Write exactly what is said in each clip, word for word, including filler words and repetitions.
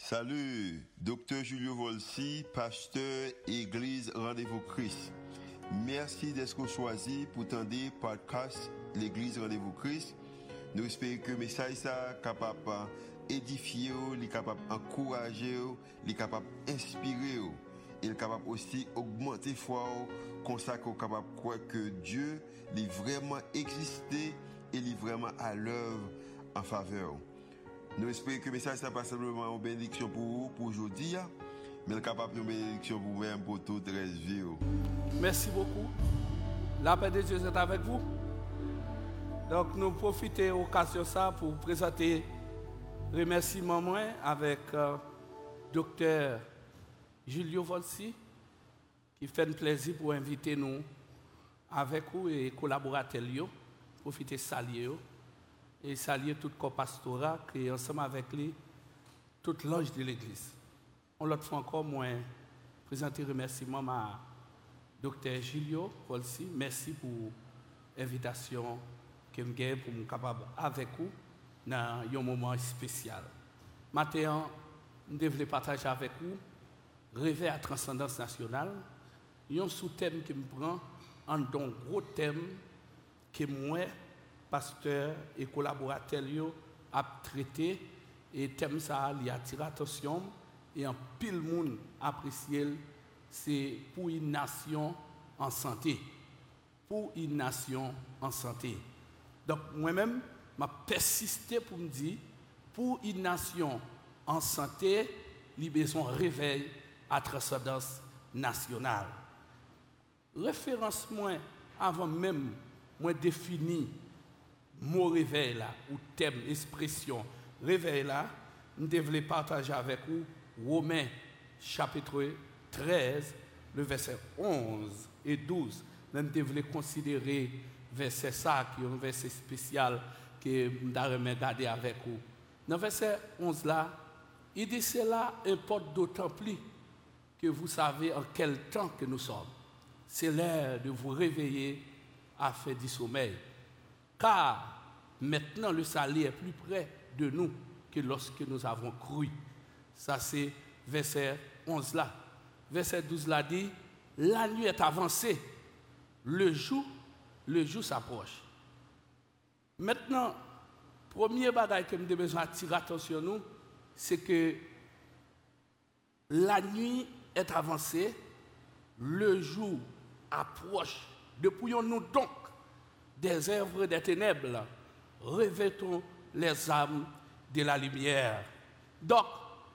Salut, docteur Julio Volsi, pasteur Église Rendez-vous Christ. Merci d'être choisi pour tendre podcast l'Église Rendez-vous Christ. Nous espérons que le message est capable d'édifier, capable d'encourager, capable d'inspirer. Il est capable aussi d'augmenter la foi, comme ça qu'on est capable de croire que Dieu est vraiment existé et est vraiment à l'œuvre en faveur. Nous espérons que le message n'est pas simplement une bénédiction pour vous, pour aujourd'hui, mais capable une bénédiction pour vous-même, pour toute la vie. Merci beaucoup. La paix de Dieu est avec vous. Donc nous profitons de l'occasion ça pour présenter remerciements moi avec euh, docteur Julio Volsi, qui fait un plaisir pour inviter nous avec vous et collaborateurs, profiter de saluer et saluer tout le corps pastoral qui est ensemble avec lui, tout l'ange de l'église. On l'autre fois encore, moi, présenter remerciements à docteur Julio Volsi. Merci pour l'invitation que je gagne pour me capable avec vous dans un moment spécial. Maintenant, je voulais partager avec vous Réveil à transcendance nationale. Un sous-thème qui me prend en un gros thème que moi, pasteur et collaborateur a traité et thème ça il attire attention et en pile monde apprécié, c'est pour une nation en santé. Pour une nation en santé. Donc moi-même m'a persisté pour me dire pour une nation en santé, il besoin réveil à transcendance nationale. Référence moi avant même moi définir mot réveil là ou thème expression réveil là, nous devons partager avec vous Romains chapitre treize le verset onze et douze. Nous devons considérer verset ça qui est un verset spécial que nous devons regarder avec vous. Dans le verset onze là, il dit cela importe d'autant plus que vous savez en quel temps que nous sommes. C'est l'heure de vous réveiller à faire du sommeil. Car maintenant le salut est plus près de nous que lorsque nous avons cru. Ça c'est verset onze là. Verset douze là dit, la nuit est avancée, le jour, le jour s'approche. Maintenant, premier bagage que nous devons besoin attirer attention nous, c'est que la nuit est avancée, le jour approche. Dépouillons-nous donc des œuvres des ténèbres, revêtons les âmes de la lumière. Donc,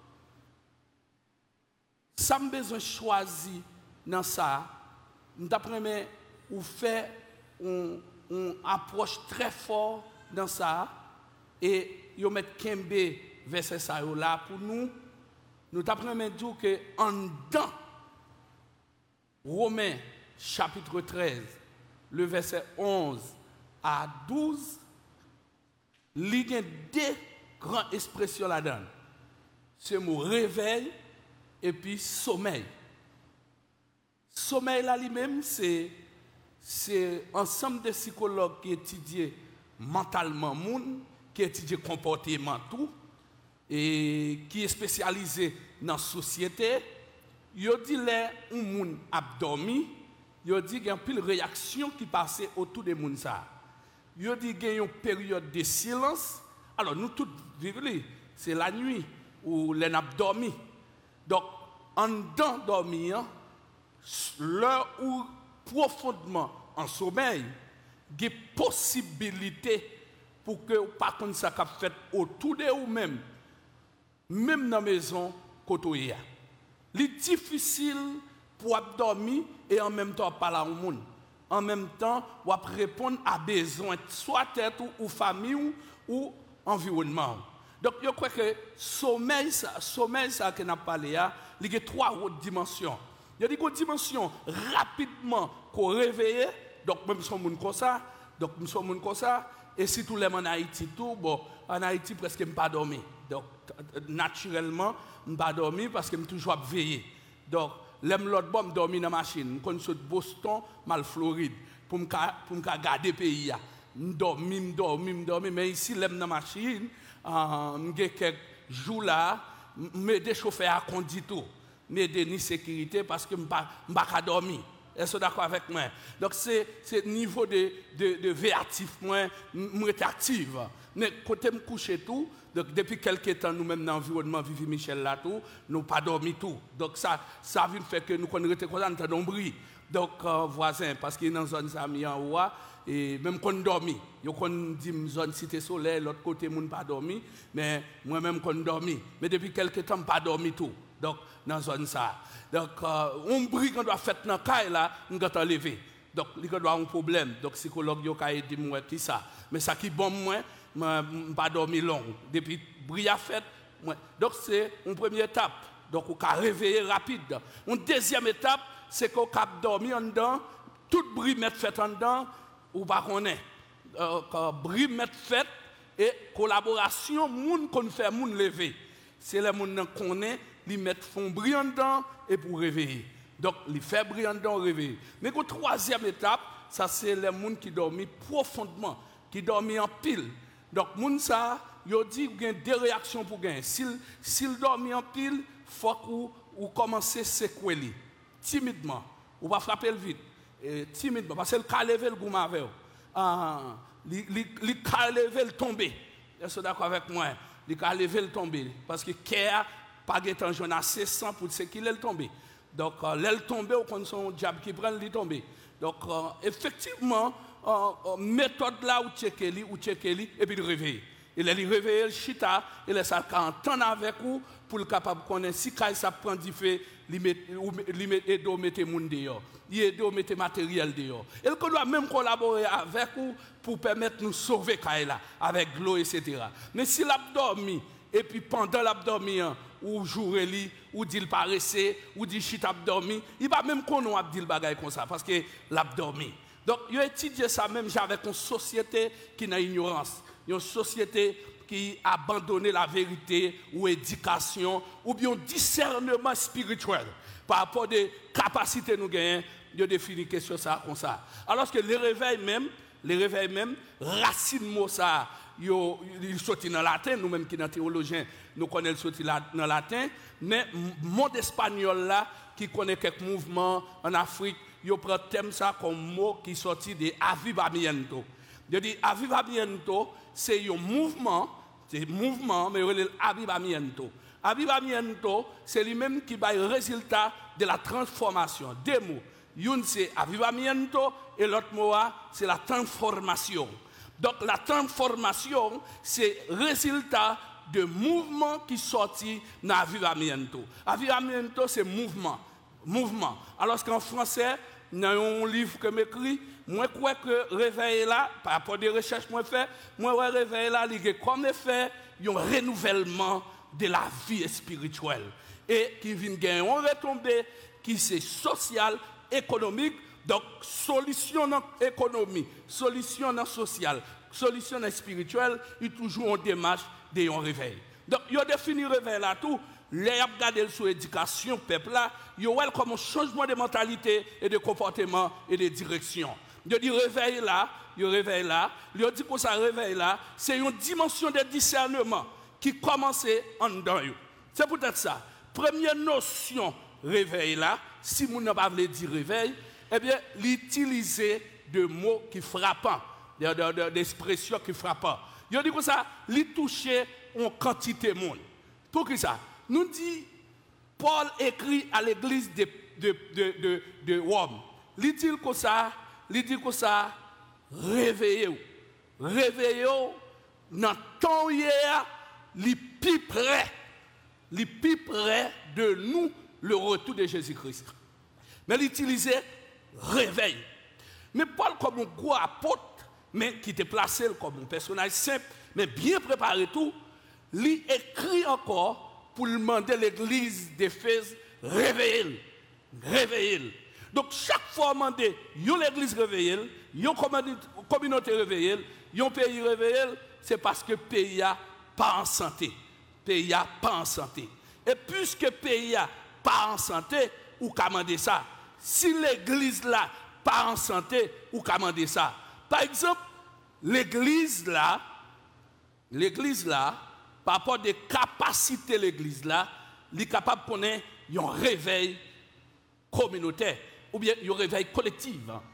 ça me besoin choisir dans ça, d'après ou faire une approche très forte dans ça, et yo mettre Kembe verset ça là pour nous. Nous t'apprenons dire que en dedans Romains chapitre treize, le verset onze à douze, il y a deux grandes expressions là-dedans. Ce mot réveil et puis sommeil. Sommeil là lui-même, c'est c'est ensemble de psychologues qui étudient mentalement monde, qui étudient comportement tout et qui est spécialisé dans la société. Yo dit les un monde a dormi, yo dit qu'il y a une pile réaction qui passait autour de monde ça. Yo dit qu'il y a une période de silence. Alors nous tous vivons, c'est la nuit où les n'a dormi. Donc en dedans dormir, l'heure où profondément en sommeil, il y a possibilité pour que par contre ça qu'a fait autour de vous-même, même dans la maison côté. C'est difficile pour dormir et en même temps parler au monde. En même temps, ou répondre à besoins, soit tête ou, ou famille ou, ou environnement. Donc, je crois que sommeil, ça, sommeil, ça que nous avons parlé, il y a trois autres dimensions. Il y a des dimensions rapidement qu'on réveille. Donc, même si on est comme ça, donc nous sommes comme ça, et si tous les en Haïti, tout, bon, en Haïti, presque je ne pas dormir. Donc, naturellement, je ne pas dormir parce que je toujours veiller. Donc, l'aime l'autre bon, je dormir dans la machine. Je suis de Boston, mal Floride, pour me garder le pays. Je dormir, je dormir, je dormir. Mais ici, l'aime dans la machine, euh, quelques jours là, m'aider chauffeur à conduire tout, m'aider ni sécurité parce que m'pas pas dormir. Est-ce que d'accord avec moi? Donc c'est c'est niveau de de de véatif moi moi active. Mais côté me coucher tout, donc depuis quelques temps nous même dans l'environnement Vivi Michel là tout, nous pas dormi tout. Donc ça ça vient faire que nous connaissons comme ça dans bruit. Donc euh, voisin parce que dans zone ça mis en haut et même qu'on dormi, yo qu'on dit zone Cité Soleil l'autre côté moun pas dormi, mais moi même qu'on dormi. Mais depuis quelques temps pas dormi tout. Donc dans zone ça. Donc euh, on bruit qu'on doit faire dans caille là, on doit lever. Donc il doit avoir un problème. Donc psychologue yo ka aider moi qui ça. Mais ça qui bon moi pas dormi long depuis bruit a fait. Donc c'est une première étape. Donc on ka réveiller rapide. Une deuxième étape c'est qu'on cap dormir en dedans, tout bruit mettre fait en dedans ou pas connaît. Euh, bruit mettre fait et collaboration moun qu'on fait moun lever. C'est les moun connaît, li mettre fond bruit en dedans et pour réveiller. Donc li fait bruit en dedans réveiller. Mais la troisième étape, ça c'est les moun qui dorment profondément, qui dorment en pile. Donc moun ça, yo dit qu'il y a deux réactions pour gagner. S'il s'il dorment en pile, faut qu'on ou commencer secouer timidement, ou pas frapper le vide, et timidement, parce que le cas levé le goût avec le cas levé le tomber. Est-ce que d'accord avec moi? Le cas levé le tomber, parce que Kéa pas de jeune assez sans pour ce qu'il est tombé. Donc l'aile tomber ou quand son diable qui prend le tomber. Donc euh, effectivement, euh, euh, méthode là où checker li, ou checker li et puis le réveiller. Il est réveillé le chita, il est ça entendre avec vous pour le capable connaître si quand ça prend du fait, il met il met et do mettre monde dehors. Il aide do mettre matériel dehors. Et qu'on doit même collaborer avec vous pour permettre nous sauver Kaila avec l'eau et cetera. Mais si l'abdomen et puis pendant l'abdomen ou jouer li ou dit le paraissait ou dit chita abdomen, il va même qu'on a dit le bagage comme ça parce que l'abdomen. Donc il a étudié ça même avec une société qui n'a ignorance. Une société qui a abandonné la vérité ou éducation ou bien discernement spirituel par rapport aux capacités nous gagnons de définir question ça comme ça. Alors que les réveils même, les réveils même, racine mot ça, yo il sorti dans latin, nous même qui dans théologien, nous connaissons sorti dans latin, mais monde espagnol là qui connaît quelques mouvements en Afrique, yo prend thème ça comme mot qui sorti de avivamiento. Je dis avivamiento, c'est un mouvement, c'est un mouvement, mais c'est avivamiento. Avivamiento, c'est lui-même qui va le résultat de la transformation. Deux mots. Une c'est avivamiento et l'autre mot c'est la transformation. Donc la transformation, c'est le résultat de mouvement qui sortit dans avivamiento. Avivamiento, c'est mouvement. Mouvement. Alors qu'en français, dans un livre que m'écrit, moi crois que réveil là, par rapport à des recherches que je fais, moi réveil là, il y a comme effet un renouvellement de la vie spirituelle et qui vient gagner une retombée qui c'est social, économique, donc solution dans l'économie, solution dans social, solution dans spirituelle, il y a toujours une démarche de un réveil. Donc il y a défini réveil là tout. Les regarder sur l'éducation peuple là, yo wel comme un changement de mentalité et de comportement et de direction. Yo dit réveil là, yo réveil là, yo dit que ça réveil là, c'est une dimension de discernement qui commence en dedans yo. C'est peut-être ça. Première notion réveil là, si vous n'a pas voulu dire réveil, eh bien l'utiliser de mots qui frappants, d'expressions qui frappants. Yo dit que ça, li toucher en quantité de monde. Pour qui ça? Nous dit, Paul écrit à l'église de, de, de, de, de Rome. Il dit que ça, il dit que ça, réveillez-vous. Réveillez-vous dans le temps hier, les plus près, les plus près de nous, le retour de Jésus-Christ. Mais il utilisait réveil. Mais Paul, comme un gros apôtre, mais qui était placé comme un personnage simple, mais bien préparé tout, il écrit encore pour demander à l'église d'Éphèse, réveillez-le, réveillez-le. Donc chaque fois demander, yon l'église réveillée, yon communauté réveillée, yon pays réveillé, c'est parce que le pays n'a pas en santé. Le pays n'a pas en santé. Et puisque le pays n'a pas en santé, ou commander ça. Si l'église là pas en santé, ou commander ça. Par exemple, l'église là, l'église là, par rapport des capacités de l'église là, il est capable de connaître un réveil communautaire ou bien un réveil collectif.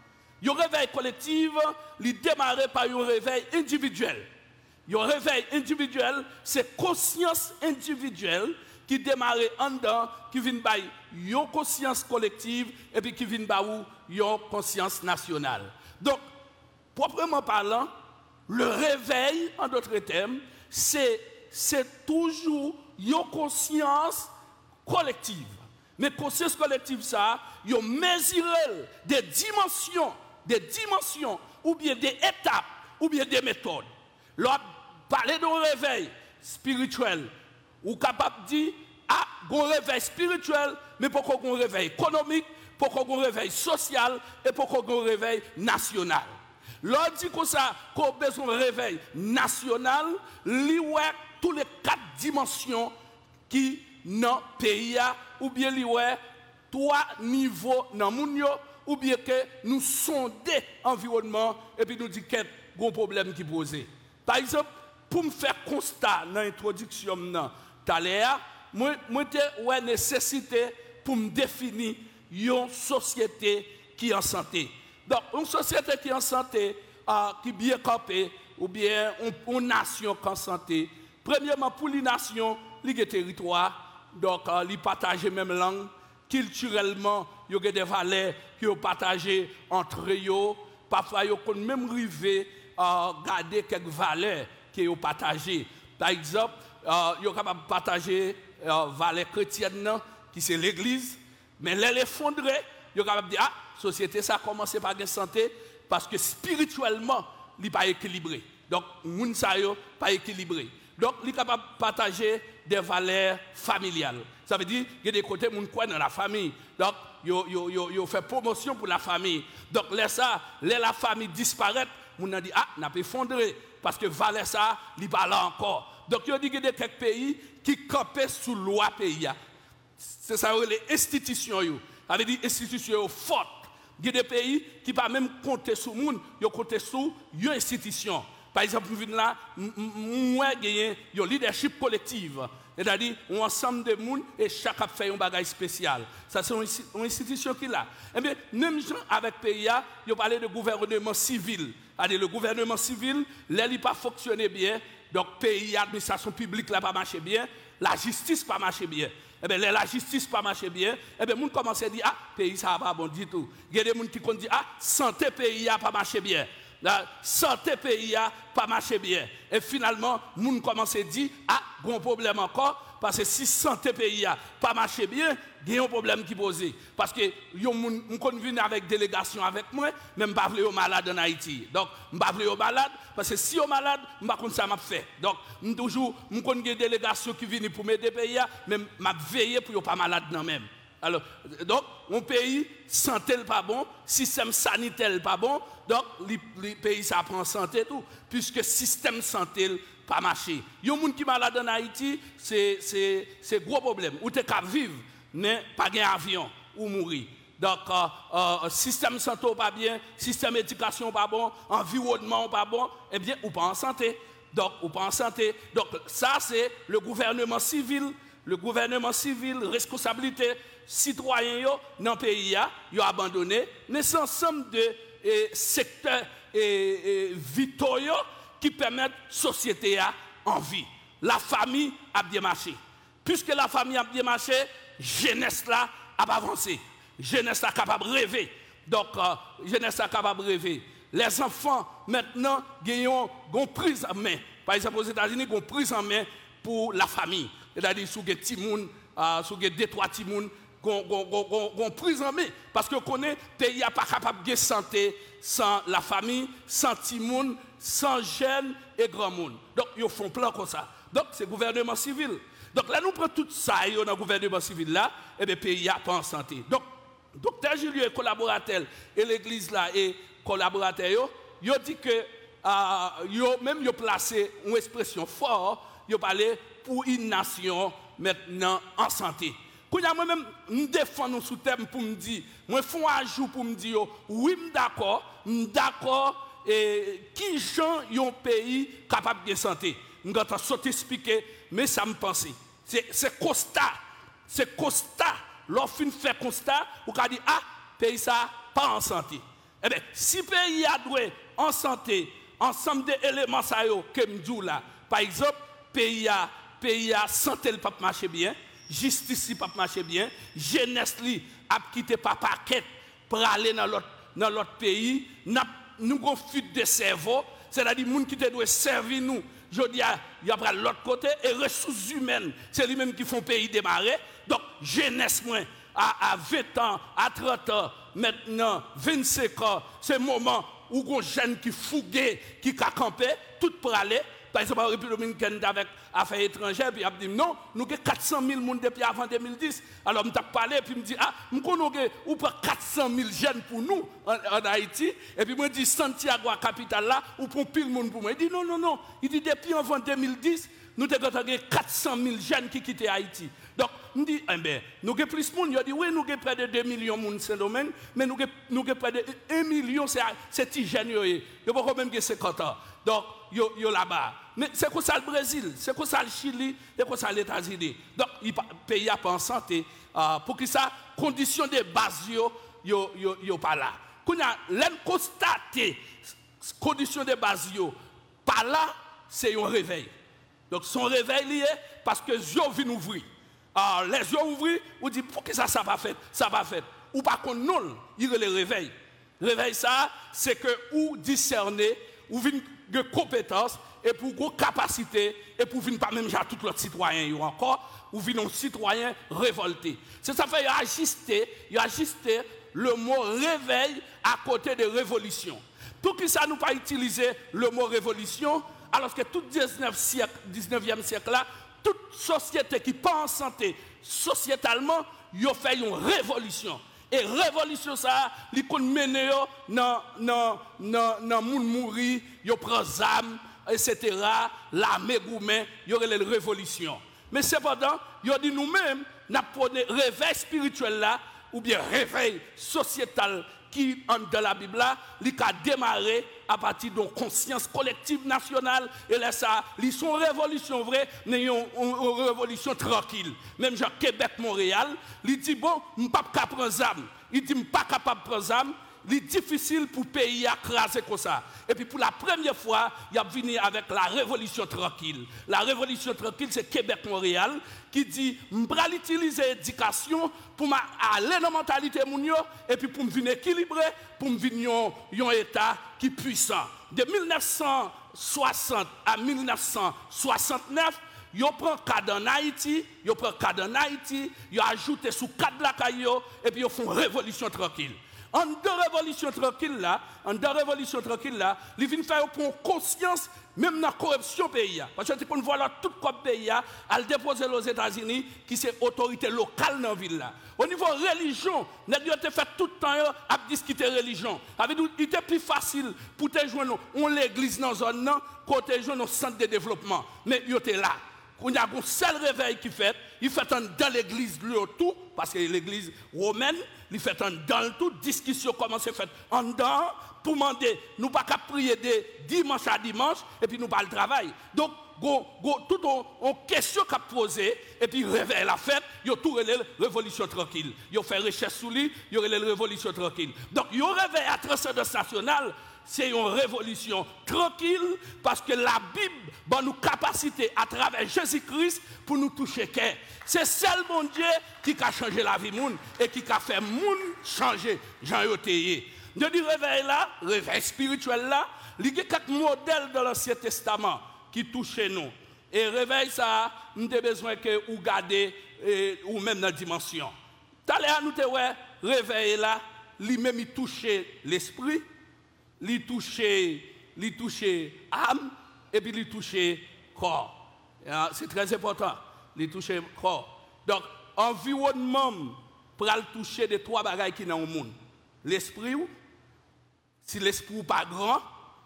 Un réveil collectif, il démarre par un réveil individuel. Un réveil individuel, c'est conscience individuelle qui démarre en dedans, qui vient par une conscience collective et puis qui vient par une conscience nationale. Donc, proprement parlant, le réveil, en d'autres termes, c'est, c'est toujours une conscience collective. Mais conscience collective, ça, il mesure des dimensions, des dimensions, ou bien des étapes, ou bien des méthodes. Lorsqu'on parle d'un réveil spirituel, ou capable de dire, ah, un réveil spirituel, mais pourquoi un réveil économique, pourquoi un réveil social, et pourquoi un réveil national. Lorsqu'on dit comme ça, qu'on a besoin d'un réveil national, il y a toutes les quatre dimensions qui dans le pays, ou bien il y a trois niveaux dans le monde, ou bien que nous sondons l'environnement et puis nous disons qu'il y a un problème qui pose. Par exemple, pour me faire constat dans l'introduction tout à l'heure, moi, j'ai une nécessité pour me définir une société qui est en santé. Donc, une société qui est en santé, euh, qui est bien campée, ou bien une, une nation qui est en santé, premièrement, pour les nations, les territoires, donc, euh, ils partagent la même langue, culturellement, il y a des valeurs qui sont partagées entre eux, parfois, ils ont même arrivé à garder quelques valeurs qui sont partagées. Par exemple, euh, ils sont capables de partager les euh, valeurs chrétiennes, qui c'est l'Église, mais les effondrer, ils sont capables de dire, ah, la société, ça a commencé par une santé, parce que spirituellement, il n'est pas équilibré. Donc, les gens ne sont pas équilibrés. Donc, il est capable de partager des valeurs familiales. Ça veut dire qu'il y a des côtés qui croient dans la famille. Donc, ils fait promotion pour la famille. Donc, là, ça, là, la famille disparaît, on a dit, ah, on a pu effondrer, parce que valeur ça, il n'est pas là encore. Donc, il y a des quelques pays qui campent sous loi pays. C'est ça, les institutions. Ça veut dire institutions fortes. Il y a des pays qui ne peuvent même compter sur le monde, ils comptent sur une institution. Par exemple, nous là, moi, j'ai un leadership collectif. C'est-à-dire, un ensemble de monde et chacun fait un bagage spécial. Ça, c'est une institution qui est là. Et bien, même avec le pays, ils parlé de gouvernement civil. C'est-à-dire, le gouvernement civil, là, il n'a pas fonctionné bien. Donc, le pays, l'administration publique n'a pas marché bien. La justice n'a pas marché bien. Eh bien, la justice n'a pas marché bien. Eh bien, les gens commencent à dire, ah, le pays, ça n'a pas bon du tout. Il y a des gens qui disent, ah, santé pays n'a pas marché bien. La santé pays n'a pas marché bien. Et finalement, les gens commencent à dire, ah, il y a un problème encore, parce que si santé pays n'a pas marché bien, il y a un problème qui pose. Parce que les gens viennent avec délégation avec moi, mais je ne parle pas aux malades en Haïti. Donc, je ne parle pas aux malades, parce que si aux malades, je ne sais pas ça m'a fait. Donc, je toujours, je connais des délégations qui viennent pour m'aider pays, mais je veille pour ne pas malade non même. Alors, donc, mon pays, santé n'est pas bon, système sanitaire n'est pas bon, donc, le pays, ça prend santé tout, puisque le système santé n'a pas marché. Il y a des gens qui sont malades en Haïti, c'est un gros problème. Ou tu es capable de vivre, mais pas d'avion, ou mourir. Donc, euh, euh, système santé n'est pas bien, système d'éducation n'est pas bon, environnement n'est pas bon, eh bien, ou pas en santé. Donc, ou pas en santé. Donc, ça, c'est le gouvernement civil. Le gouvernement civil, responsabilité citoyen dans le pays, ils ont abandonné. Mais c'est ensemble de eh, secteurs eh, eh, vitaux qui permettent la société en vie. La famille a bien marché. Puisque la famille a bien marché, jeunesse là a avancé. Jeunesse là capable de rêver. Donc, euh, jeunesse là capable de rêver. Les enfants, maintenant, ont une prise en main. Par exemple, aux États-Unis, ils ont une prise en main pour la famille. C'est-à-dire, sous des petits moun, sous des deux, trois petits moun, qu'on prise en main. Parce que qu'on est, pays n'est pas capable de santé sans la famille, sans petits moun, sans jeunes et grands moun. Donc, ils font plan comme ça. Donc, c'est le gouvernement civil. Donc, là, nous prenons tout ça dans le gouvernement civil là, et le pays n'est pas en santé. Donc, docteur Julien et collaborateur, et l'église là, et collaborateur, ils ont dit que, euh, ils ont même placé une expression forte, ils ont parlé pour une nation maintenant en santé. Quand moi-même, je défends nous sous terme pour me dire, moi, je fais un jour pour me dire, oui, je suis d'accord, je suis d'accord, et qui sont un pays capable de santé. nous avons sauté expliquer, mais ça me pense. C'est constat. C'est constat. Lorsqu'on fait constat, vous avez dit, ah, pays ça, pas en santé. Eh bien, si le pays a doué en santé, ensemble des éléments ça yo, que m'dou là, par exemple, pays a, pays a santé le pas marcher bien, justice le pas marcher bien, jeunesse li a quitté pas paquet pour aller dans l'autre dans l'autre pays, nous avons fuite de cerveau, c'est-à-dire les gens qui doivent servir nous. Je dis, il y a l'autre côté, et ressources humaines, c'est les-mêmes qui font pays démarrer. Donc, jeunesse, moi, à, à vingt ans, à trente ans, maintenant, vingt-cinq ans, c'est le moment où les jeunes qui fouguent, qui campent, tout pour aller. Par exemple, la République dominicaine avec affaires étrangères, puis il a dit non, nous avons quatre cent mille personnes depuis avant deux mille dix. Alors, je me parlé, puis je me dit, ah, nous avons quatre cent mille jeunes pour nous en, en Haïti. Et puis, je me dis, Santiago, la capitale là, ou pour pile monde pour moi. Il dit non, non, non. Il dit, depuis avant deux mille dix, nous avons quatre cent mille jeunes qui quittent Haïti. Donc, nous dit, eh bien, nous avons plus de monde. Il dit, oui, nous avons près de deux millions de monde dans ce domaine, mais nous avons près de un million, c'est ces jeunes. Il n'y a pas même que cinquante ans. Donc, yo yo là-bas. Mais c'est comme ça le Brésil, c'est comme ça le Chili, c'est comme ça les États-Unis. Donc, le pays n'a pas en santé. Euh, pour que ça, conditions de base, yo yo yo yo pas là. Quand on a constaté conditions de base, yo pas là, c'est un réveil. Donc, son réveil lié parce que les yeux viennent ouvrir. Alors, les yeux ouvrent, on dit, pour que ça, ça va faire, ça va faire. Ou pas qu'on non, il le réveil. Réveil, ça, c'est que ou discerner, ou venir de compétences, et pour une capacité, et pour venir pas même à tous les citoyens encore, ou venir un citoyen révolté. C'est ça fait ajuster, ajuster le mot réveil à côté de révolution. Pour que ça nous pas utiliser le mot révolution, alors que tout dix-neuvième siècle là, toute société qui pense en santé, sociétalement, il a fait une révolution. Et révolution ça, il peut mener dans dans dans dans monde mourir, il prend âme, et cetera. L'armée gourmet, il y aurait la révolution. Mais cependant, il a dit nous-mêmes, nous prenons réveil spirituel là, ou bien réveil sociétal qui dans la Bible là, il a démarré à partir d'une conscience collective nationale et là ça, ils sont révolution vraie, mais une révolution tranquille. Même Jean Québec Montréal, il dit bon, on pas capable prendre âme. Il dit pas capable prendre âme. Il est difficile pour le pays à craser comme ça. Et puis pour la première fois, il a venu avec la révolution tranquille. La révolution tranquille, c'est Québec-Montréal qui dit, je vais utiliser l'éducation pour aller dans la mentalité et puis pour me venir équilibré, pour me venir un État qui est puissant. De mille neuf cent soixante à mille neuf cent soixante-neuf, ils prennent cadre en Haïti, ils prennent cadre en Haïti, ils ajoutent sous cadre la caillou et puis ils font révolution tranquille. En deux révolutions tranquilles là, en deux révolutions tranquilles là, ils viennent faire pour conscience même dans la corruption pays. Parce que on voit là tout le pays à le déposer aux États-Unis qui c'est autorité locale dans la ville là. Au niveau religion, nous avons fait tout le temps à discuter religion. Il était plus facile pour te joindre on l'église dans zone là, côté joindre centre de développement. Mais il était là. Il y a un seul réveil qui fait, il fait dans l'église le tout, parce que l'église romaine, il fait dans le tout, discussion comment c'est fait en dedans, pour demander, nous pas qu'à prier de dimanche à dimanche, et puis nous pas le travail. Donc, go, go, tout en question qu'a posé, et puis réveil la fête, il y a tout la révolution tranquille. Il y a fait recherche sur lui, il y a la révolution tranquille. Donc, il y a un réveil à transcendance nationale. C'est une révolution tranquille parce que la Bible a nous capacité à travers Jésus-Christ pour nous toucher cœur. C'est seul mon Dieu qui a changé la vie monde et qui a fait monde changer Jean Yotéye. Je dis réveil là, réveil spirituel là, il y a quatre modèles dans l'Ancien Testament qui touchent nous. Et réveil ça, nous avons besoin que vous gardez ou même dans la dimension. Tout à l'heure nous avons réveil là, lui-même il touche l'esprit. Li toucher, li toucher âme et puis li toucher corps. C'est très important, li toucher corps. Donc, environnement pour le toucher de trois bagailles qui sont dans le monde. L'esprit, si l'esprit n'est pas grand,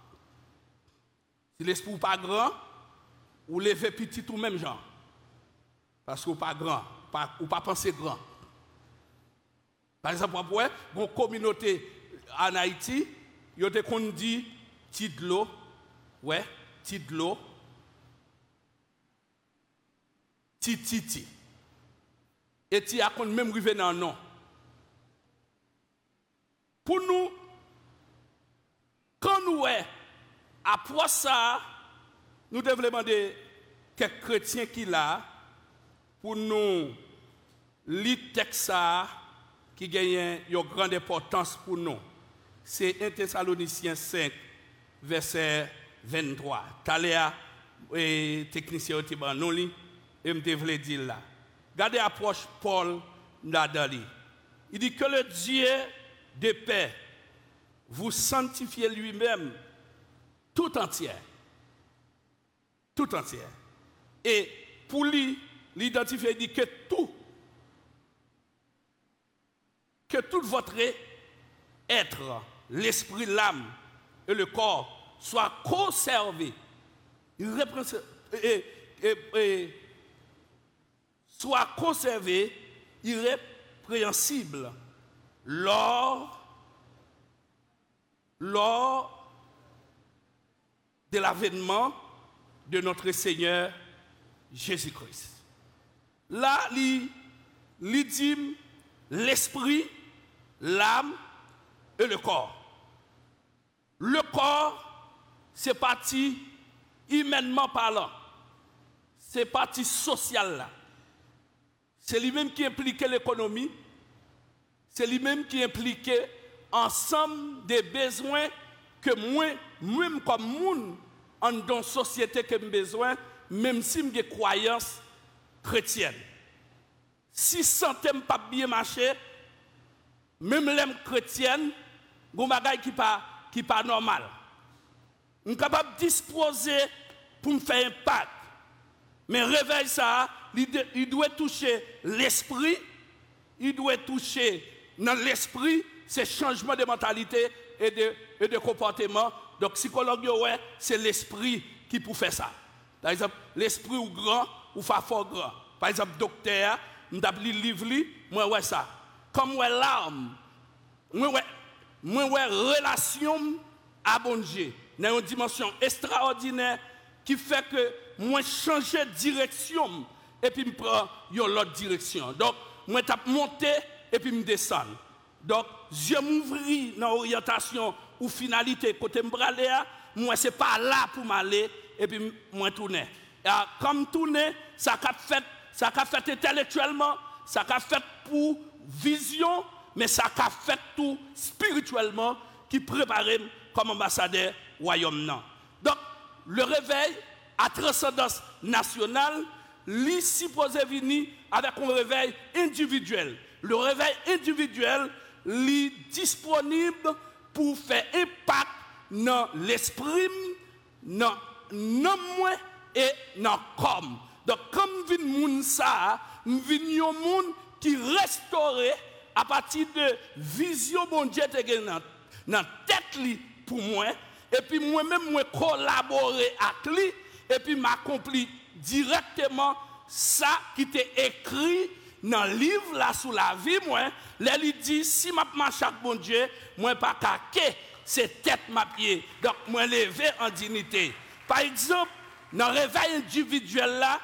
si l'esprit n'est pas grand, ou lever petit ou même genre. Parce que n'est pas grand, pas, ou pas penser grand. Par exemple, pour une communauté en Haïti, il y a des qu'on dit petit de l'eau, ouais, petit de l'eau, Tititi. Et tu as même arrivé dans le nom. Pour nous, quand nous est après ça, nous devons demander quelques chrétiens qui là pour nous lire texte qui gagne une grande importance pour nous. C'est un Thessaloniciens cinq, verset vingt-trois. Taléa et technicien qui ban nous li et me devait dire là. Regardez l'approche Paul là-dedans. Il dit que le Dieu de paix vous sanctifie lui-même tout entier. Tout entier. Et pour lui, l'identifier, il dit que tout, que tout votre être, l'esprit, l'âme et le corps soient conservés, et, et, et, soit conservés, irrépréhensibles lors, lors de l'avènement de notre Seigneur Jésus-Christ. Là, il dit l'esprit, l'âme et le corps. Le corps, c'est partie humainement parlant. C'est partie sociale là. C'est lui-même qui implique l'économie. C'est lui-même qui implique ensemble des besoins que moi, même comme monde, en dans société que j'ai besoin, même si j'ai croyance chrétienne. Si santé n'a pas bien marché, même l'âme chrétienne, il y a des choses qui pas qui pas normal. Je suis capable de disposer pour me faire un impact. Mais réveil ça, il doit toucher l'esprit, il doit toucher dans l'esprit ces changements de mentalité et de, et de comportement. Donc, psychologue, ouais, c'est l'esprit qui peut faire ça. Par exemple, l'esprit ou grand ou fort grand. Par exemple, docteur, nous avons lu le livre, moi, ouais, ça. Comme ouais, l'arme, moi, ouais, moi, ouais, relation à bon Dieu, dans une dimension extraordinaire qui fait que moi, changer de direction et puis je prends l'autre direction. Donc, moi, je monte et puis je descends. Donc, je m'ouvris dans l'orientation ou finalité côté m'bralé, moi c'est pas là pour m'aller et puis moi tourner. Et comme tourner, ça qu'a fait, ça qu'a fait intellectuellement, ça qu'a fait pour vision, mais ça qu'a fait tout spirituellement qui prépare comme ambassadeur royaume non. Donc le réveil à transcendance nationale, lui supposé venir avec un réveil individuel. Le réveil individuel lui disponible pour faire impact dans l'esprit, dans moi et dans le corps. Donc, comme vin moun ça, vin un monde qui restaure à partir de vision bon Dieu dans la tête li pour moi, et puis moi-même, moi collaborer avec lui, et puis m'accomplir directement ça qui était écrit dans le livre là sous la vie, moi, là, il dit, si ma marche avec bon Dieu, moi pas caquer, c'est tête ma pied. Donc, moi lever en dignité. Par exemple, dans le réveil individuel là,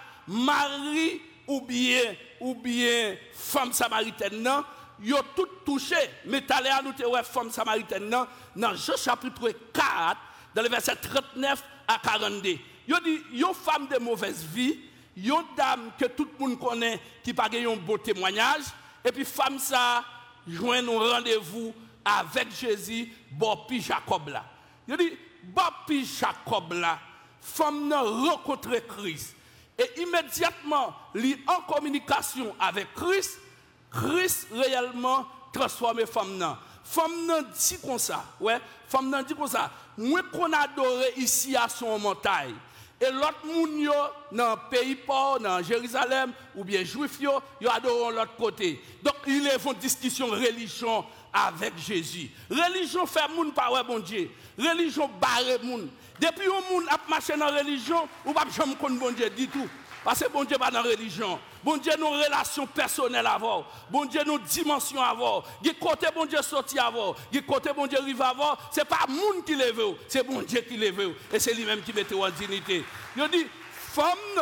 mari ou bien, ou bien femme samaritaine, non, ils ont tout touché. Mais tout à l'heure, nous avons femme samaritaine, non, dans Jean chapitre quatre, dans le verset trente-neuf à quarante-deux. Ils ont dit, une femme de mauvaise vie, une dame que tout le monde connaît qui n'a pas un beau témoignage, et puis femme ça, joint un rendez-vous avec Jésus, Bopi Jacob là. Il dit, Bopi Jacob là, femme n'a rencontré Christ. Et immédiatement, il en communication avec Christ, Christ réellement transforme femme là. Femme n'a dit comme ça, ouais, femme n'a dit comme ça. Moi qu'on adore ici à son montagne. Et l'autre moun yo dans le pays pauvre, dans Jérusalem, ou bien juif yo, yo adorent l'autre côté. Donc, il y a une discussion religion avec Jésus. Religion fait moun pas ouais bon Dieu. Religion barre moun. Depuis un moun a marché dans la religion, ou pas jamais connaître bon Dieu du tout. Parce que bon Dieu pas dans la religion. Bon Dieu nos relations personnelles avant. Bon Dieu nos dimensions avant. Du côté bon Dieu sorti avant. Du côté bon Dieu arrive avant. C'est pas moun qui lève, c'est bon Dieu qui lève. Et c'est lui-même qui mette en dignité. Il dit, femme non,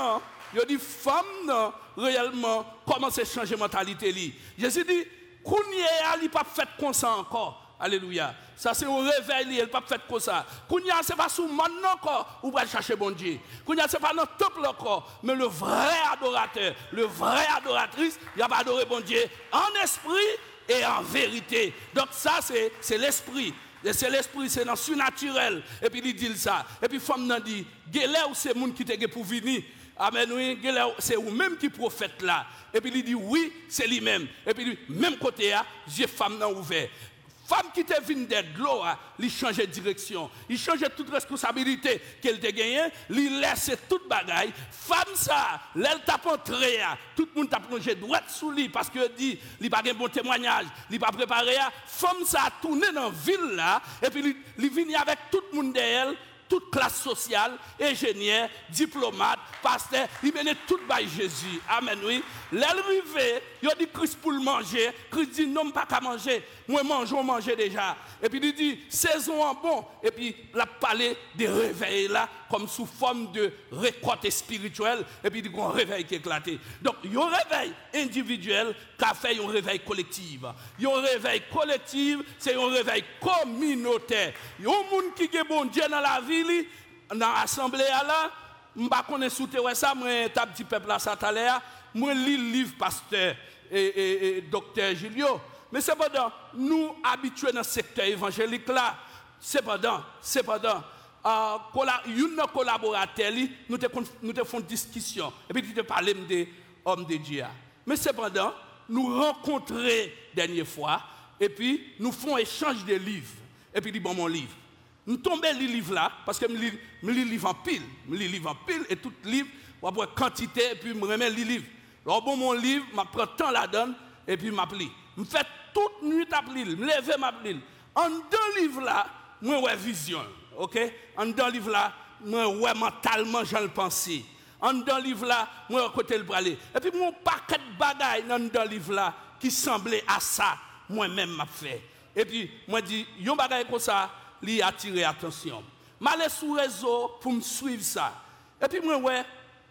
il dit femme non réellement commence à changer mentalité li. Jésus dit Kounya il pas fait comme ça encore. Alléluia. Ça c'est un réveil, il pas fait comme ça. Kounya c'est pas sous maintenant encore ou va chercher bon Dieu. Kounya c'est pas dans le temple encore, mais le vrai adorateur, le vrai adoratrice, il va adorer bon Dieu en esprit et en vérité. Donc ça c'est c'est l'esprit. Et c'est l'esprit, c'est dans le surnaturel. Et puis il dit ça. Et puis femme nan dit, Gélé ou c'est moun qui te pour venir. Amen, oui, c'est vous-même qui prophète là. Et puis il dit oui, c'est lui-même. Et puis même côté là, j'ai femme nan ouvert. Femme qui te vient de l'eau, il change de direction. Il change toute responsabilité qu'elle te gagne. Il laisse toute bagaille. Femme ça, elle t'a entré. Tout le monde t'a plongé droit sous lui parce que dit, il n'a pas de bon témoignage. Il n'a pas préparé. Femme ça a tourné dans la ville là. Et puis il vient avec tout le monde derrière. Toute classe sociale, ingénieur, diplomate, pasteur, il menait tout par Jésus. Amen, oui. L'arrivée, il dit Christ pour le manger. Christ dit non, pas qu'à manger. Moi, mangeons, manger déjà. Et puis il dit saison en bon. Et puis il a parlé des réveils là, comme sous forme de récolte spirituelle. Et puis il dit qu'on réveil qui est éclaté. Donc, il y a un réveil individuel qui a fait un réveil collectif. Il y a un réveil collectif, c'est un réveil communautaire. Il y a un monde qui est bon Dieu dans la vie. Dans l'assemblée là, je ne connais pas ça, mais je petit peuple là, ça t'a l'air, moi lis le livre pasteur et, et, et docteur Julio. Mais cependant, nous habitués dans le secteur évangélique là, cependant, cependant, euh, une collaborateur, nous te nous te faisons discussion et puis tu te parles de hommes de Dieu. Mais cependant, nous rencontrons dernière fois et puis nous faisons échange de livres et puis dit bon mon livre. Je tombe les livres là, parce que je lis les livres en pile. Je lis les livres en pile, et tout livre, je prends quantité, et puis je remets les livres. Alors, bon, mon livre, je prends temps la donne, et puis je lis. Je fais toute nuit à lire, je me lève à lire. En deux livres là, moi, j'ai vision. Ok? En deux livres là, moi, j'ai mentalement, j'en pense. En deux livres là, moi, j'ai côté le bras. Et puis, mon paquet de bagailles dans deux livres là, qui semblait à ça, moi-même, m'a fait. Et puis, moi, je dis, il y a un bagaille comme ça, lui attirer attention. M'aller sur réseau pour me suivre ça. Et puis moi ouais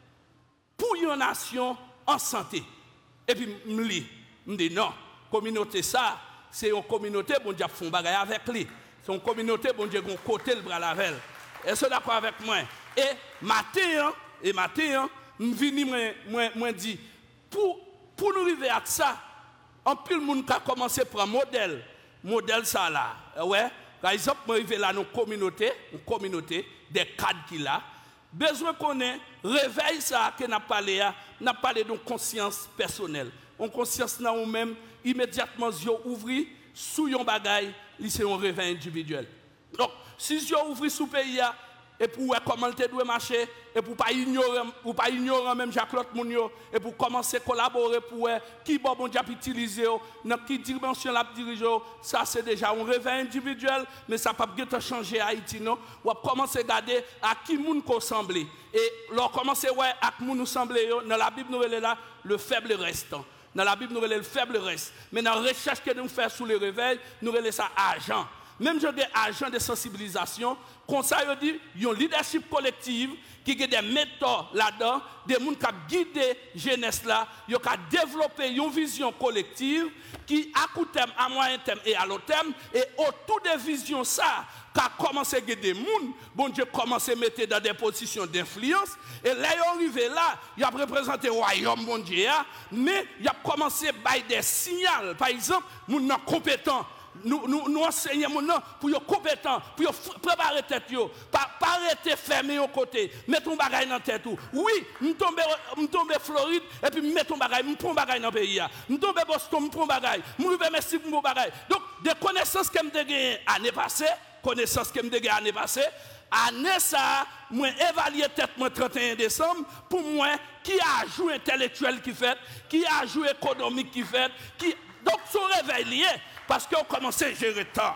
pour une nation en santé. Et puis me lis, me dit non, communauté ça, c'est une communauté bon Dieu font bagaille avec lui. C'est une communauté bon Dieu gon côté le bras la veille. Est-ce que d'accord avec moi? Et matin et matin, me vini moi moi moi dit pour pour nous arriver à ça, en pile monde qui a commencé à prendre modèle, modèle ça là. Ouais. Par exemple, moi, je vais là dans une communauté, une communauté, des cadres qui là. Besoin qu'on ait, réveil ça, que n'a parlé, n'a parlé d'une conscience personnelle. Une conscience dans nous-mêmes, immédiatement, yeux ouvris, sous yon bagaille, c'est un réveil individuel. Donc, si yeux ouvris sous le pays, et pour voir comment tu dois marcher, et pour pas ignorer, pour pas ignorer même Jacques-Claude Mounio, et pour commencer à collaborer pour voir qui bon bon Dieu utiliser, dans quelle dimension la diriger, ça c'est déjà un réveil individuel, mais ça peut pas changer Haïti non. On va commencer à regarder à qui moun ressemble. Et leur commencer à voir à qui moun nous semble, dans la Bible nous là le faible restant. Dans la Bible nous le faible reste. Mais dans la recherche que nous faisons sous le réveil, nous relève ça agent. Même j'ai des agents de sensibilisation, comme ça, il dit, il y a un leadership collectif qui a des méthodes là-dedans, des gens qui ont guidé la jeunesse là, qui ont développé une vision collective qui, à court terme, à moyen terme et à long terme, et autour des visions ça, qui a commencé à guider des gens, bon Dieu commence à mettre dans des positions d'influence, et là, il est arrivé là, il a représenté le royaume, bon Dieu, mais il a commencé à bailler des signaux, par exemple, nous sommes compétents. Nous, nous, nous enseignons pour être compétents, pour préparer tête, pas arrêter fermer au côté, mettre un bagage dans tête. Oui, nous tombons en Floride et puis mettons un bagage, nous prenons un bagage dans le pays. Nous tombons Boston, nous prenons un bagage. Nous arrivons merci pour mon bagage. Donc, des connaissances que je me gagné l'année passée, connaissances que je me gagné l'année passée, année ça, moi évaluer tête moi trente et un décembre pour moi qui a joué intellectuel qui fait, qui a joué économique qui fait, qui donc son réveil lié. Parce qu'on commence à gérer le temps.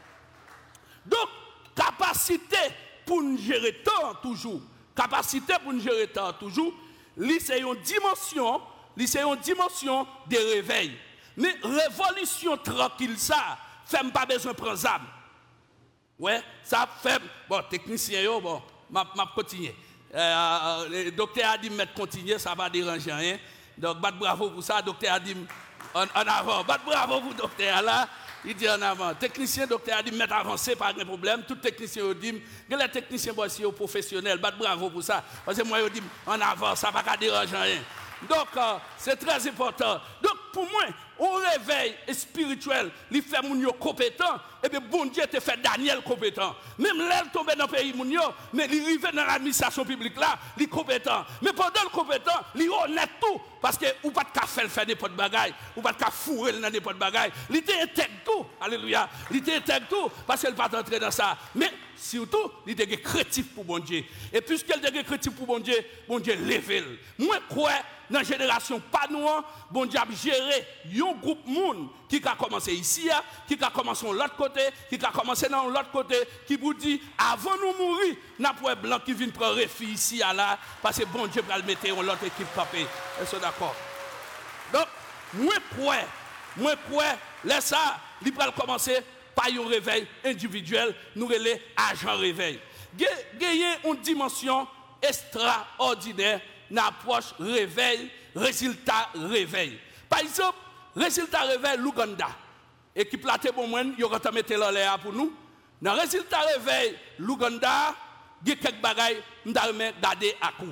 Donc, capacité pour nous gérer le temps toujours, capacité pour nous gérer le temps toujours, c'est une dimension, c'est une dimension de réveil. Mais révolution tranquille, ça, fait pas besoin de prendre âme. Ouais, ça fait, bon, technicien, bon, m'a continuer. Euh, le docteur a dit mettre continuer, ça va déranger rien. Donc, bat bravo pour ça, docteur a dit en, en avant. Bat bravo pour docteur là. Il dit en avant. Technicien, docteur a dit mettre avancer, pas de problème. Tout technicien a dit, les techniciens aussi professionnels, bat bravo pour ça. Parce que moi, je dis en avant, ça va pas déranger rien. Donc, euh, c'est très important. Donc, pour moi, on réveil spirituel, il fait moun yo compétent, et bien, bon Dieu te fait Daniel compétent. Même l'aile tombe dans le pays moun yo, mais il arrive dans l'administration publique là, il est compétent. Mais pendant le compétent, il est honnête tout. Parce que ou pas de faire faire des potes de bagaille, ou pas de fourrer dans des potes de bagaille. Il était intègre tout. Alléluia. Il était intègre tout, parce qu'il pas entrer dans ça. Mais surtout, il était créatif pour bon Dieu. Et puisqu'il était créatif pour bon Dieu, bon Dieu lève. Moi, quoi, dans la génération pas nous, bon Dieu a géré un groupe monde qui a commencé ici, qui a commencé de l'autre côté, qui a commencé dans l'autre côté, qui vous dit, avant nous mourir, nous avons un blanc qui vient prendre refuge ici, là, parce que bon Dieu va le mettre dans l'autre équipe campée. Est-ce que d'accord? Donc, moi, quoi, moi, quoi, laisse ça, il va commencer par un réveil individuel, nous relais agent réveil. Gagner une dimension extraordinaire dans l'approche réveil, résultat réveil. Par exemple, résultat réveil l'Ouganda. Équipe là te bon moyen, yo quand mettre l'air pour nous. Dans résultat réveil l'Ouganda, il y a quelques bagailles m'dame garder à coup.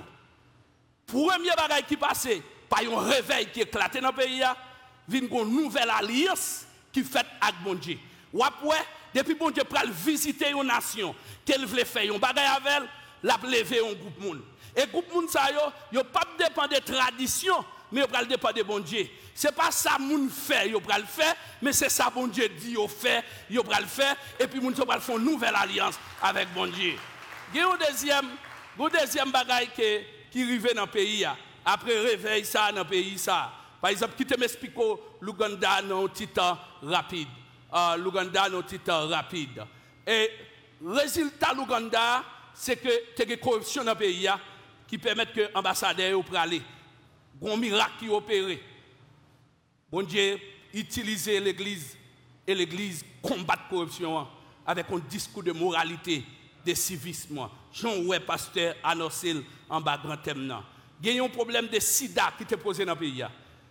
Premier bagaille qui passé par un réveil qui éclaté dans le pays, vient une nouvelle alliance qui fait avec bon Dieu. Ou après, depuis bon Dieu pral visiter une nation, qu'elle voulait faire un bagaille avec elle, l'a lever un groupe monde. Et groupe monde ça yo, yo pas dépend des traditions, mais yo pral dépend de bon Dieu. C'est pas ça moun fait, yo pral faire, mais c'est ça bon Dieu dit yo fait, yo pral faire et puis moun so pral faire une nouvelle alliance avec bon Dieu. Il y a un deuxième, un deuxième bagaille qui qui arrive dans le pays après réveil ça dans le pays ça. Par exemple, qui te m'explique l'Ouganda dans un petit temps rapide. Uh, L'Ouganda dans un petit temps rapide. Et résultat l'Ouganda, c'est que tu as une corruption dans le pays qui permet que l'ambassadeur puisse aller. Il y a un miracle qui opère. Bon Dieu utilise l'église et l'église combat la corruption avec un discours de moralité, de civisme. Jean-Oué, pasteur, annoncé en bas grand thème. Il y a un problème de sida qui est posé dans le pays.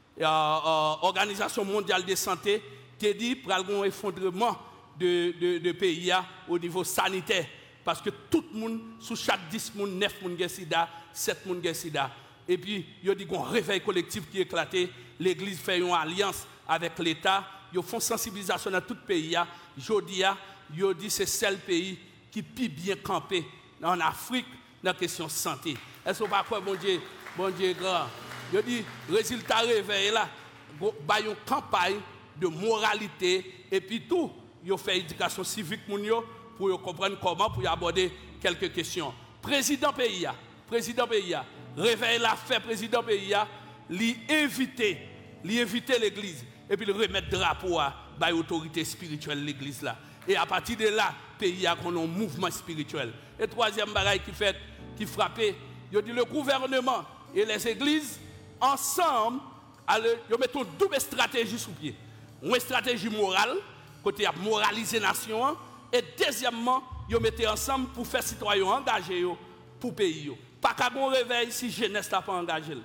L'Organisation mondiale de santé te dit qu'il y a un effondrement de, de, de pays au niveau sanitaire. Parce que tout le monde, sous chaque dix personnes, neuf personnes ont sida, sept personnes ont sida. Et puis, il y a un réveil collectif qui est éclaté. L'Église fait une alliance avec l'État. Ils font sensibilisation dans tout le pays. Aujourd'hui, ils dit que c'est le seul pays qui est bien campé en Afrique dans la question de santé. Est-ce que vous ne pas bon Dieu, bon Dieu grand? Ils dit résultat réveil là, il y a une campagne de moralité et puis tout, ils fait éducation civique pour comprendre comment pour aborder quelques questions. Président pays, président pays, réveil la fait président pays, lui inviter, lui inviter l'église et puis le remettre drapeau à l'autorité spirituelle de l'église là. Et à partir de là, pays a un mouvement spirituel. Et troisième bagaille qui fait, qui frappait, il dit le gouvernement et les églises ensemble, ils mettent une double stratégie sous pied. Une stratégie morale, côté à moraliser la nation, et deuxièmement, ils mettent ensemble pour faire citoyens engagés pour le pays. Pas qu'à un réveil si jeunesse n'a pas engagé.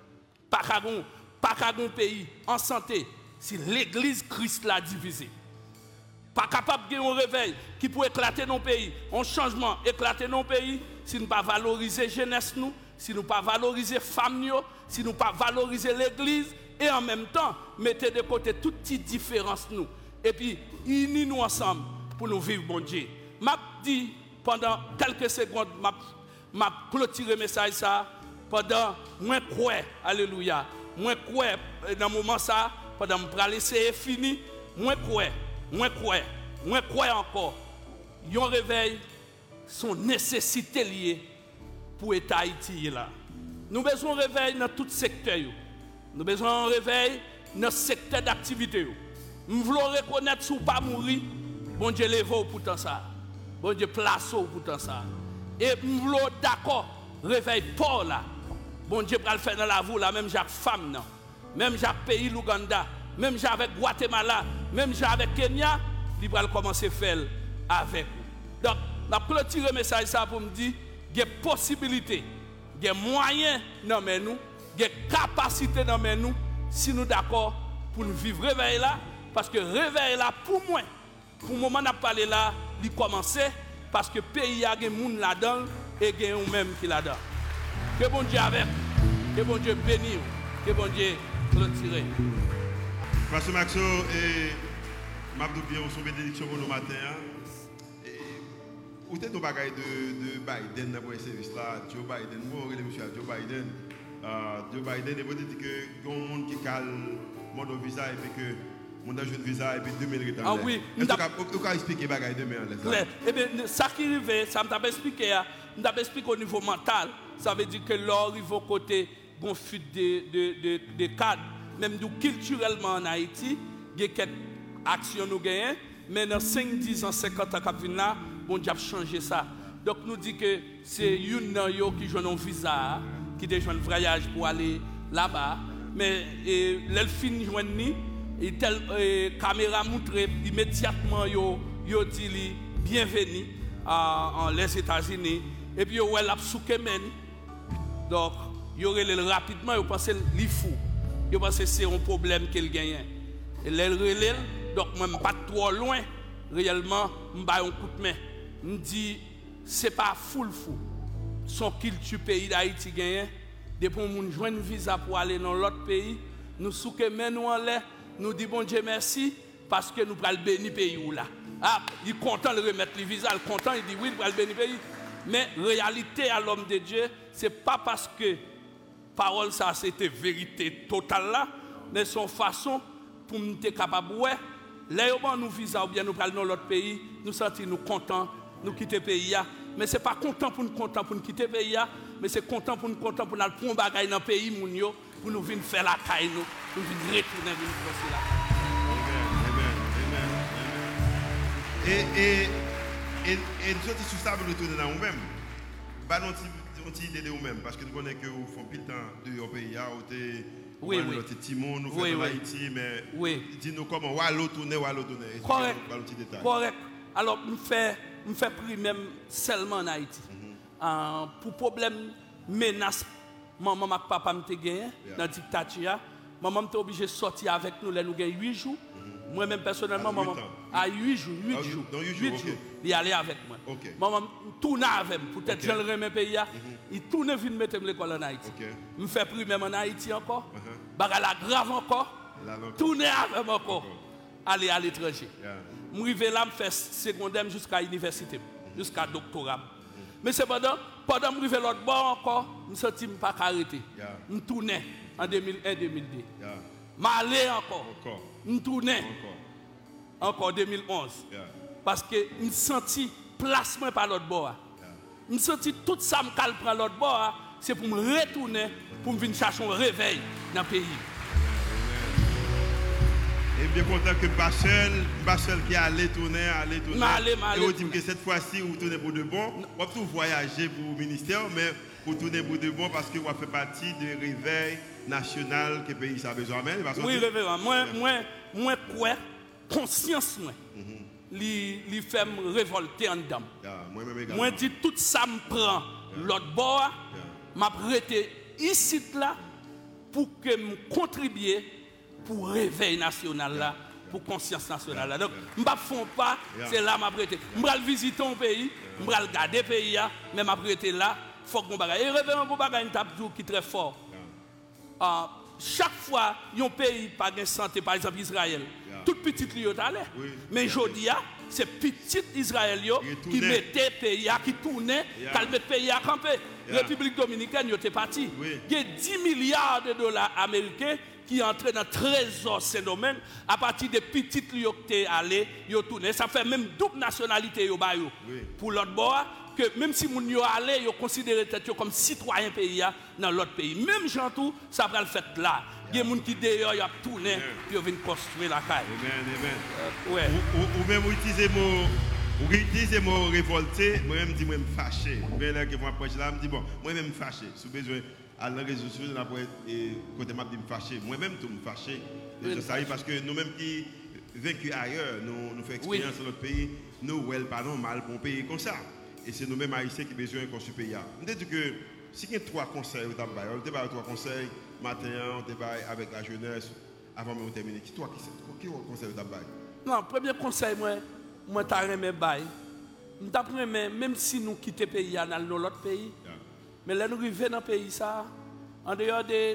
Pas qu'à un pays en santé si l'église Christ l'a divisé. Pas capable de un réveil qui peut éclater nos pays, un changement éclater nos pays si nous ne pas valoriser jeunesse nous, si nous ne pas valoriser femmes nous, si nous ne pas valoriser l'église et en même temps mettre de côté toutes petites différences nous et puis unis nous ensemble pour nous vivre bon Dieu. M'a dit pendant quelques secondes m'a m'a clôturé message ça pendant moins quoi alléluia moins quoi dans moment ça pendant me laisser fini moins quoi moins quoi moins quoi encore yon réveil son nécessité liée pour l'État Haïti là. Nous besoin de réveil dans tout secteur. Nous besoin de réveil dans le secteur d'activité. Nous voulons reconnaître si vous pas mourir, bon Dieu lève pour tout ça. Bon Dieu place pour tout ça. Et nous voulons d'accord, réveil Paul là. Bon Dieu va le faire dans la voie là, même Jacques femme non. Même Jacques pays l'Ouganda, même Jacques avec Guatemala, même Jacques avec Kenya, il va commencer à faire avec vous. Donc, la clôture message ça pour me dire il y a possibilité, il y a moyen dans nous, il y a capacité dans nous, si nous d'accord pour nous vivre réveil là, parce que réveil là, pour moi, pour le moment, on a parlé là, il commence, parce que le pays a des gens là-dedans et il y a des même qui là-dedans. Que bon Dieu avec, que bon Dieu bénisse, que bon Dieu retire. Pasteur Maxo, et je vais bien son bénédiction pour le matin. Où est-ce que tu as de Biden dans le service là? Joe Biden, moi, je suis Joe Biden. Joe Biden, il dit que il y a un monde qui calme mon visa et puis que mon a un visa et puis deux mille rétablis. Ah oui, est-ce que tu peux expliquer Biden demain? Eh bien, ça qui arrive, ça m'a expliqué, je m'a expliqué au niveau mental. Ça veut dire que l'or arrive au côté d'une fuite de, de, de, de cadres. Même nous, culturellement en Haïti, il y a quelques actions nous gagnons, mais dans cinq, dix ans, cinquante ans, là, bon Dieu a changé ça. Donc nous disons que c'est une yo qui joue un visa, qui déjà un voyage pour aller là-bas. Mais l'elfine joigne ni, et telle euh, caméra montre immédiatement yo yo dit bienvenue en les États-Unis. Et puis yo elle a souké men. Donc yo relève rapidement, yo pense li fou. Yo pense que c'est un problème qu'il gagne. Et elle relève, donc même pas trop loin réellement, m'ba un coup de main. Me dit c'est pas full fou. Son culture pays d'Haïti gagne. Depuis qu'on joue un visa pour aller dans l'autre pays, nous souquons nous en l'air, nous disons bon Dieu merci parce que nous prenons le béni pays où là. Ah, il est content de remettre le visa, il est content, il dit oui, nous prenons le béni pays. Mais réalité à l'homme de Dieu, ce n'est pas parce que parole ça c'était vérité totale là, mais son façon pour nous être capable de voir, là où nous visa ou bien nous prenons dans l'autre pays, nous sentons nous contents, nous quitter le pays. Mais ce n'est pas content pour nous content pour nous quitter le pays, mais c'est content pour nous content pour nous prendre bagaille dans le pays pour nous venir faire la caille nous, pour nous venir retourner venir passer là. Amen, amen, amen. Et et et et nous sommes sur ça pour retourner dans nous-mêmes. Pas non petit idée de nous-mêmes parce que nous connaissons que vous font pile temps de au pays là où t'es oui oui. Notre Timon nous fait oui, en oui. Haïti mais oui. dis-nous comment ou aller tourner ou aller tourner. Correct. Correct. Alors nous fait nous fait pris même seulement en Haïti. Uh, pour problème menace maman et papa me gagné dans la dictature maman était obligé de sortir avec nous là nous gagne huit jours mm-hmm. moi même personnellement maman à huit jours huit ah, jours huit jours il allait avec moi okay. Maman tourne avec moi peut-être okay. Je le remets pays mm-hmm. Il tourne vinn mettre l'école en Haïti me okay. Fait pris même en Haïti encore uh-huh. Bagala grave encore tourner avec moi encore aller à l'étranger me arrivé là me faire secondaire jusqu'à l'université mm-hmm. Jusqu'à doctorat. Mais cependant, pendant que je suis l'autre bord encore, je ne me sens pas arrêté. Je tournais en deux mille un deux mille deux. Je m'allais encore. Je tournais encore en deux mille onze. Parce que je me senti placement par l'autre bord. Je me senti tout ça me calme par l'autre bord. C'est pour me retourner, pour me venir chercher un réveil dans le pays. Et bien content que Bachel, Bachel qui allait tourner, allait tourner. M'allez, m'allez. Et on dit que cette fois-ci, vous tournez pour de bon. On va tout voyager pour le ministère, mais vous tournez pour de bon parce que vous faites partie du réveil national que le pays a besoin. Oui, révérend. Moi, moi, moi, quoi, conscience, moi, li, li fait me révolter en dedans. Moi, dis tout ça me prend l'autre bord, m'a prêté ici là pour que me contribuer pour réveil national là, pour conscience nationale là. Donc, je ne fais pas, c'est là que je prêté. Je vais visiter un pays, je vais regarder le pays, mais je prêté là, il faut que je bagaille. Et réveil pour bagaille une tape qui est très fort. Uh, chaque fois, un pays pas de santé, par exemple Israël, tout petit lieu allé. Mais aujourd'hui, c'est petit Israël qui mettait le pays, qui tournait, qui mettait le pays à camper. La République dominicaine, il était parti. Il y a dix milliards de dollars américains qui entrent dans le trésor Saint-Domingue à partir des petites lieux qui étaient allés, ils ont tourné. Ça fait même double nationalité yo ba yo. Pour l'autre bord, que même si moun yo allé, ils considèrent tête comme citoyen pays dans l'autre pays. Même gens tout, ça va le fait là. Il y a des gens qui d'ailleurs ils ont tourné, puis ils viennent construire la caille. Amen, amen. Euh, ouais. Ou, ou même utiliser le mot, ou utiliser le mot révolté, moi-même dis moi me fâché. Mais là que moi approche là, me dit bon, moi-même fâché. Si besoin à la réseaux sociaux, on a et côté m'a dit me fâché. Moi-même tout me fâché. Je sais parce que nous-mêmes qui vécu ailleurs, nous nous faisons expérience oui. Dans notre pays, nous ouais pas normal pour un pays comme ça. et c'est nous-mêmes haïtiens qui besoin qu'on se pays. On dit que si il y a trois conseils, on te parle trois conseils matin, on te parle avec la jeunesse avant de terminer. Qui toi qui qui conseil on te parle? Non, premier conseil moi moi t'a remet bail. D'après même si nous quittons le pays, nous allons dans l'autre pays. Yeah. Mais là, nous arrivons dans le pays, ça, en dehors des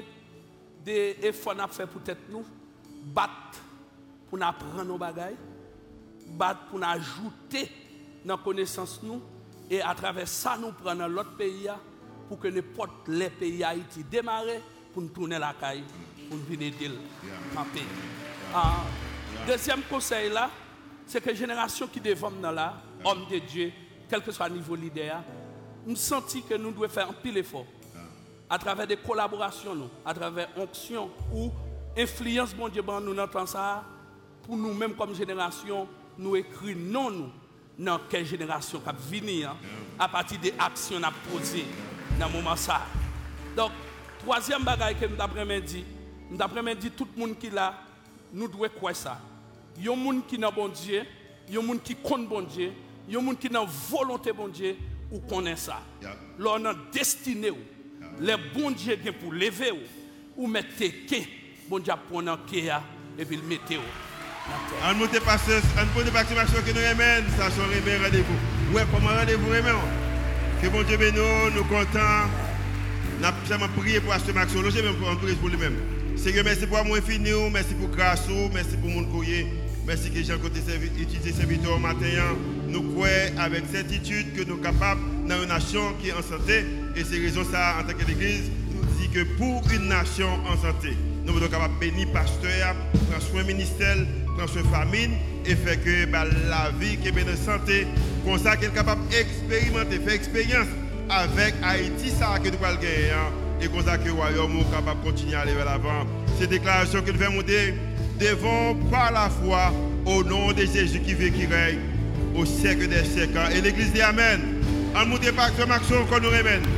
de efforts qu'on a fait pour être nous, battre pour nous apprendre nos bagailles, battre pour nous ajouter dans la connaissance nous, et à travers ça, nous prenons dans l'autre pays pour que n'importe les pays Haïti démarrent pour nous tourner la caille, pour nous venir aider dans le pays. Ah, deuxième conseil là, c'est que la génération qui devant nous là, hommes de Dieu, quel que soit le niveau leader, nous sentons que nous devons faire un pile effort à travers des collaborations, nous, à travers onction ou influence bon Dieu dans nous dans temps ça, pour nous-mêmes comme génération, nous écrire non nous dans quelle génération qui va venir à partir des actions qu'on a posées dans ce moment ça. Donc, troisième bagaille que nous avons dit, nous avons dit tout le monde qui est là, nous devons croire ça. Il y a des gens qui sont bon Dieu, il y a des gens qui comptent bon Dieu, il y a des gens qui ont volonté bon Dieu ou connaissent ça. Yeah. Là, on a destiné ou les bons dieux pour lever ou ou mettre que bon Dieu prendre en kéa et puis le mettre ou. On monte passer, on monte passer marche que nous remène, ça sont remède rendez-vous. Ouais, comment rendez-vous remède? Que bon Dieu bénisse, nous contents. N'a jamais prié pour acheter Maxo, loger même pour en prier pour lui-même. Seigneur, merci pour moi fini, merci pour grâce, merci pour mon courrier. Merci que Jean côté utiliser serviteur matin. Nous croyons avec certitude que nous sommes capables dans une nation qui est en santé. Et c'est raison ça, en tant qu'Église, nous dit que pour une nation en santé, nous sommes capables de bénir pasteur, prendre soin ministère, prendre soin famille et faire que bah, la vie qui est bien en santé, comme ça qu'elle est capable d'expérimenter, faire expérience avec Haïti, ça que nous allons gagner. Et comme ça que le royaume est capable de continuer à aller vers l'avant. C'est déclaration qu'il fait monter devant par la foi au nom de Jésus qui vit, qui règne au siècle des siècles. Et l'Église dit Amen. En monte par ce maximum qu'on nous remène.